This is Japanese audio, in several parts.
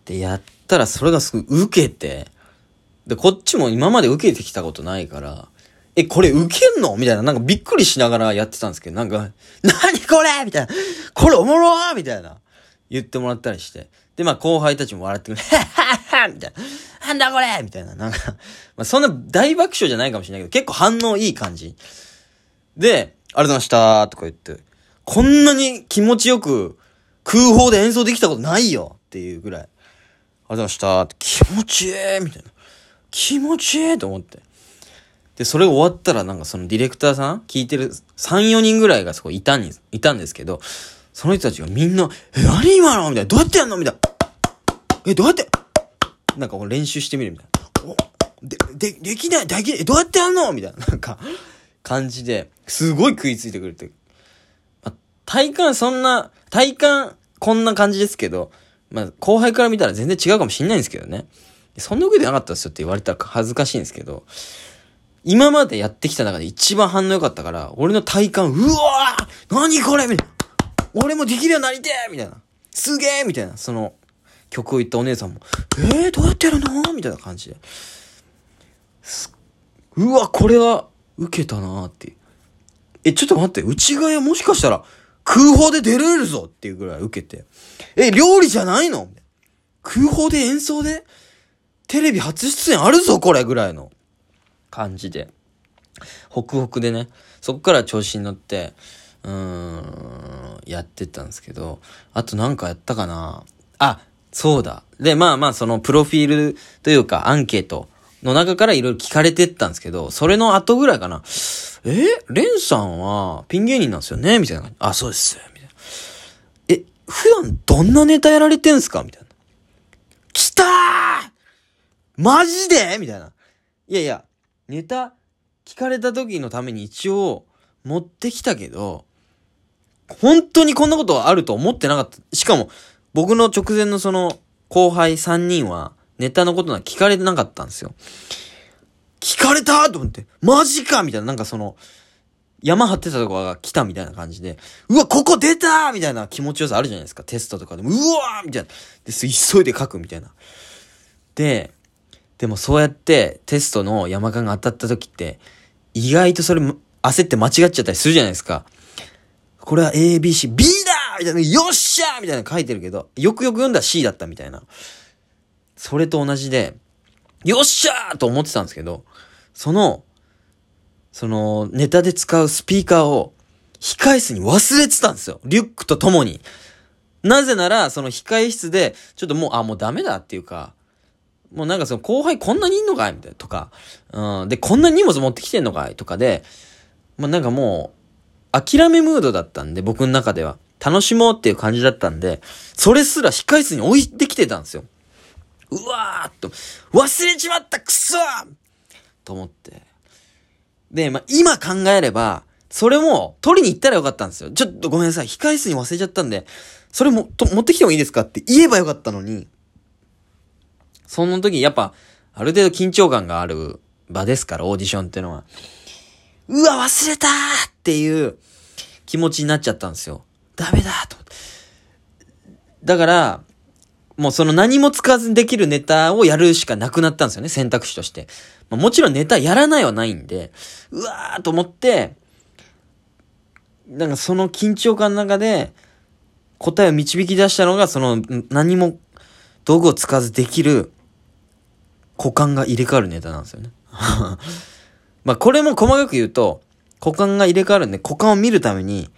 で、やったらそれがすごい受けて、で、こっちも今まで受けてきたことないから、これ受けんのみたいな、なんかびっくりしながらやってたんですけど、なんか、何これみたいな。これおもろーみたいな。言ってもらったりして。で、まあ後輩たちも笑ってくれ、はっはっはみたいな。なんだこれみたいな。なんか、まあそんな大爆笑じゃないかもしれないけど、結構反応いい感じ。で、ありがとうございましたとか言って、こんなに気持ちよく空砲で演奏できたことないよっていうぐらい。ありがとうございましたって気持ちいいみたいな。気持ちいいと思って。で、それ終わったらなんかそのディレクターさん聞いてる3、4人ぐらいがそこいたんですけど、その人たちがみんな、何今のみたいな。どうやってやんのみたいな。どうやってなんかこう練習してみるみたいな。できない、どうやってやんのみたいな。なんか、感じで、すごい食いついてくれて。まあ、体感こんな感じですけど、まあ、後輩から見たら全然違うかもしんないんですけどね。そんな受けてなかったですよって言われたら恥ずかしいんですけど、今までやってきた中で一番反応良かったから、俺の体感、うわー何これみたいな。俺もできるようになりてーみたいな。すげーみたいな。その、曲を言ったお姉さんも、どうやってやるのみたいな感じで。うわ、これは、受けたなーっていう。ちょっと待って、内側もしかしたら、空砲で出れるぞっていうぐらい受けて。料理じゃないの空砲で演奏でテレビ初出演あるぞこれぐらいの感じで。ホクホクでね、そっから調子に乗って、やってったんですけど、あとなんかやったかなあ、そうだ。で、まあそのプロフィールというかアンケートの中からいろいろ聞かれてったんですけど、それの後ぐらいかな。レンさんはピン芸人なんですよねみたいな感じ。あ、そうです。みたいな。普段どんなネタやられてんすかみたいな。来たーマジでみたいな。いや、ネタ聞かれた時のために一応持ってきたけど、本当にこんなことあると思ってなかった。しかも、僕の直前のその後輩3人はネタのことなんか聞かれてなかったんですよ。聞かれたと思って、マジかみたいな、なんかその、山張ってたとこが来たみたいな感じで、うわ、ここ出たみたいな気持ちよさあるじゃないですか、テストとかでも。うわーみたいな。で、急いで書くみたいな。でもそうやってテストの山勘が当たった時って、意外とそれ焦って間違っちゃったりするじゃないですか。これは A、B、C、B だみたいな、よっしゃみたいな書いてるけど、よくよく読んだら C だったみたいな。それと同じで、よっしゃーと思ってたんですけど、そのネタで使うスピーカーを控室に忘れてたんですよ。リュックとともに。なぜなら、その控室で、ちょっともうダメだっていうか、もうなんかその後輩こんなにいんのかいみたいなとか、で、こんな荷物持ってきてんのかいとかで、なんかもう、諦めムードだったんで、僕の中では。楽しもうっていう感じだったんで、それすら控室に置いてきてたんですよ。うわーっと、忘れちまったくそーと思って。で、今考えれば、それも取りに行ったらよかったんですよ。ちょっとごめんなさい。控室に忘れちゃったんで、それも、持ってきてもいいですかって言えばよかったのに、その時やっぱ、ある程度緊張感がある場ですから、オーディションっていうのは。うわ、忘れたーっていう気持ちになっちゃったんですよ。ダメだーと思って。だから、もうその何も使わずにできるネタをやるしかなくなったんですよね、選択肢として。もちろんネタやらないはないんで、うわーと思って、なんかその緊張感の中で答えを導き出したのが、その何も道具を使わずできる股間が入れ替わるネタなんですよね。これも細かく言うと、股間が入れ替わるんで、股間を見るために、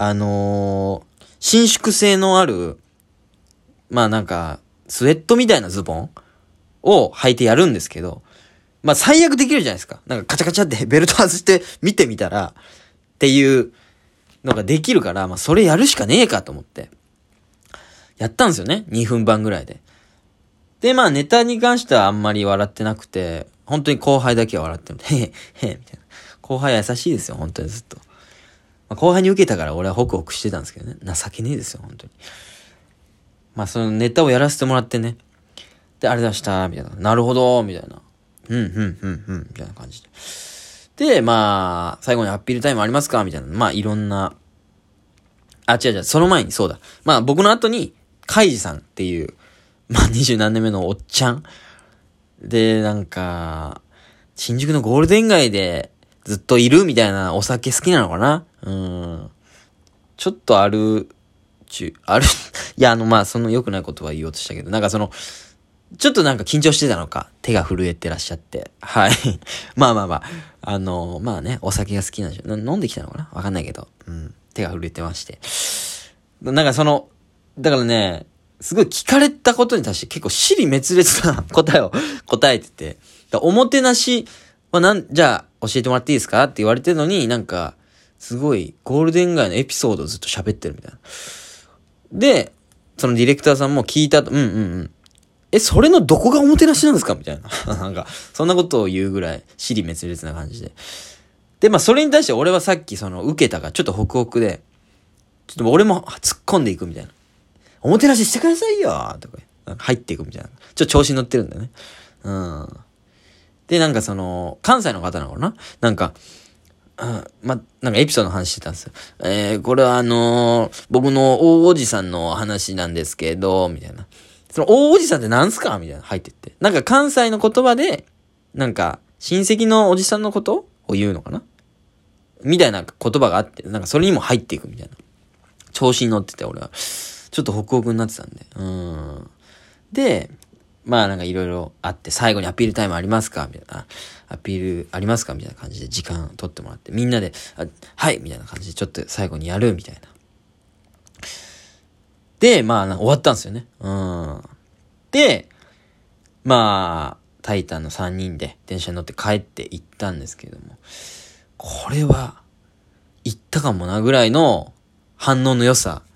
伸縮性のある、なんか、スウェットみたいなズボンを履いてやるんですけど、最悪できるじゃないですか。なんかカチャカチャってベルト外して見てみたら、っていうのができるから、それやるしかねえかと思って。やったんですよね。2分半ぐらいで。で、ネタに関してはあんまり笑ってなくて、本当に後輩だけは笑ってみて、へへ、へみたいな。後輩は優しいですよ、本当にずっと。後輩に受けたから俺はホクホクしてたんですけどね。情けねえですよ、本当に。そのネタをやらせてもらってね。で、あれ出した、みたいな。なるほど、みたいな。みたいな感じで。で、最後にアピールタイムありますかみたいな。いろんな。違う、その前にそうだ。僕の後に、カイジさんっていう、 まあ20何年目のおっちゃん。で、なんか、新宿のゴールデン街でずっといるみたいなお酒好きなのかな。ちょっといや、まあ、その良くないことは言おうとしたけど、なんかちょっとなんか緊張してたのか、手が震えてらっしゃって。はい。まあ、まあね、お酒が好きなんでしょ。飲んできたのかなわかんないけど。手が震えてまして。なんかだからね、すごい聞かれたことに対して結構尻滅裂な答えを答えてて。おもてなしはじゃあ教えてもらっていいですかって言われてるのに、なんか、すごいゴールデン街のエピソードをずっと喋ってるみたいな。で、そのディレクターさんも聞いたと、それのどこがおもてなしなんですかみたいな。なんか、そんなことを言うぐらい、尻滅裂な感じで。で、まあ、それに対して俺はさっき受けたから、ちょっとホクホクで、ちょっと俺も突っ込んでいくみたいな。おもてなししてくださいよとか、入っていくみたいな。ちょっと調子に乗ってるんだよね。で、なんか関西の方なのかななんか、なんかエピソードの話してたんですよ。これは僕の大おじさんの話なんですけど、みたいな。その大おじさんって何すかみたいな入ってって。なんか関西の言葉で、なんか親戚のおじさんのことを言うのかなみたいな言葉があって、なんかそれにも入っていくみたいな。調子に乗ってて俺は。ちょっとホクホクになってたんで。で、まあなんかいろいろあって、最後にアピールタイムありますかみたいな。アピールありますかみたいな感じで時間取ってもらって、みんなで、はいみたいな感じでちょっと最後にやるみたいな。で、まあ終わったんですよね。で、まあ、タイタンの3人で電車に乗って帰って行ったんですけども、これは、行ったかもなぐらいの反応の良さ。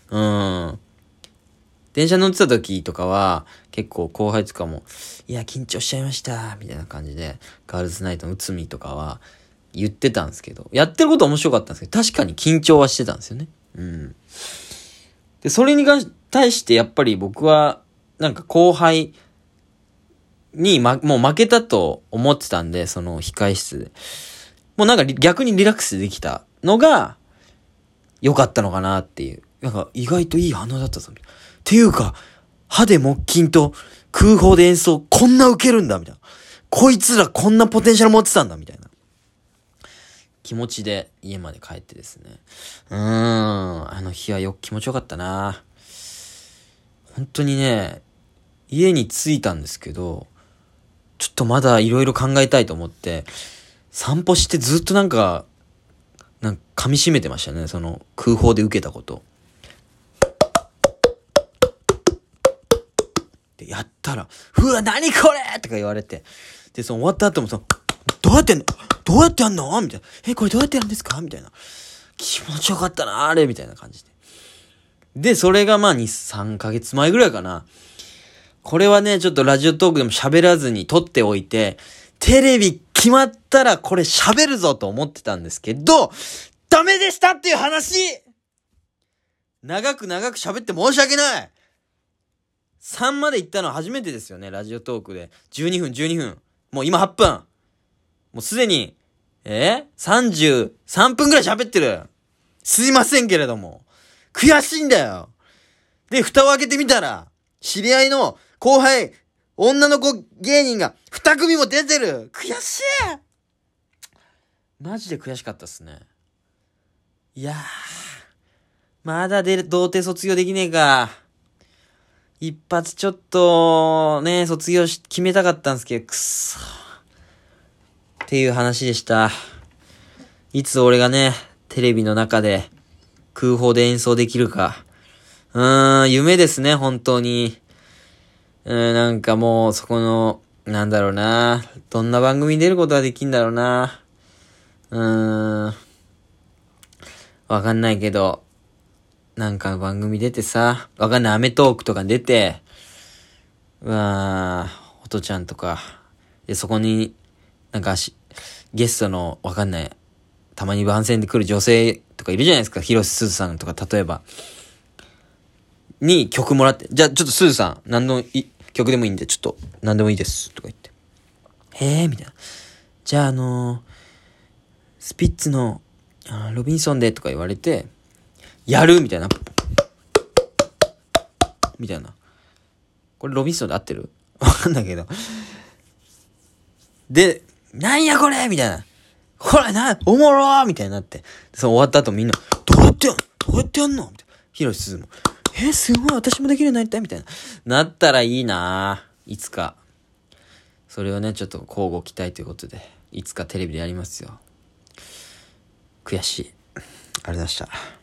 電車乗ってた時とかは、結構後輩とかも、いや、緊張しちゃいました、みたいな感じで、ガールズナイトの内海とかは言ってたんですけど、やってること面白かったんですけど、確かに緊張はしてたんですよね。で、それに対してやっぱり僕は、なんか後輩に、もう負けたと思ってたんで、その控室で。もうなんか逆にリラックスできたのが、良かったのかなっていう。なんか意外といい反応だったぞ。っていうか、歯で木琴と空砲で演奏こんな受けるんだみたいな。こいつらこんなポテンシャル持ってたんだみたいな。気持ちで家まで帰ってですね。あの日は気持ちよかったな。本当にね、家に着いたんですけど、ちょっとまだいろいろ考えたいと思って、散歩してずっとなんか噛み締めてましたね。その空砲で受けたこと。で、やったら、うわ、何これとか言われて。で、終わった後もどうやってやんのみたいな。これどうやってやるんですかみたいな。気持ちよかったな、あれみたいな感じで。で、それがまあ2、3ヶ月前ぐらいかな。これはね、ちょっとラジオトークでも喋らずに撮っておいて、テレビ決まったらこれ喋るぞと思ってたんですけど、ダメでしたっていう話！長く喋って申し訳ない！ 3 まで行ったのは初めてですよね、ラジオトークで。12分。もう今8分。もうすでに、33分くらい喋ってる。すいませんけれども。悔しいんだよ。で、蓋を開けてみたら、知り合いの後輩、女の子芸人が2組も出てる。悔しい！マジで悔しかったっすね。いやー、まだ童貞卒業できねえか。一発ちょっと、ね、卒業決めたかったんですけど、くっそー。っていう話でした。いつ俺がね、テレビの中で空砲で演奏できるか。夢ですね、本当に。なんかもう、そこの、なんだろうな。どんな番組に出ることができんだろうな。わかんないけど、なんか番組出てさ、わかんない、アメトーークとか出て、おとちゃんとか、で、そこに、なんかゲストの、わかんない、たまに番宣で来る女性とかいるじゃないですか、広瀬すずさんとか、例えば、に曲もらって、じゃあちょっとすずさん、曲でもいいんで、ちょっと、なんでもいいです、とか言って。みたいな。じゃあスピッツの、ロビンソンでとか言われて、やるみたいな。みたいな。 これロビンソンで合ってる？わかんないけど。で、なんやこれみたいな。これおもろーみたいになって。終わった後みんな、どうやってやんのみたいな。ヒロシすずも、すごい、私もできるようになりたいみたいな。なったらいいないつか。それをね、ちょっと交互期待ということで、いつかテレビでやりますよ。悔しい。ありがとうございました。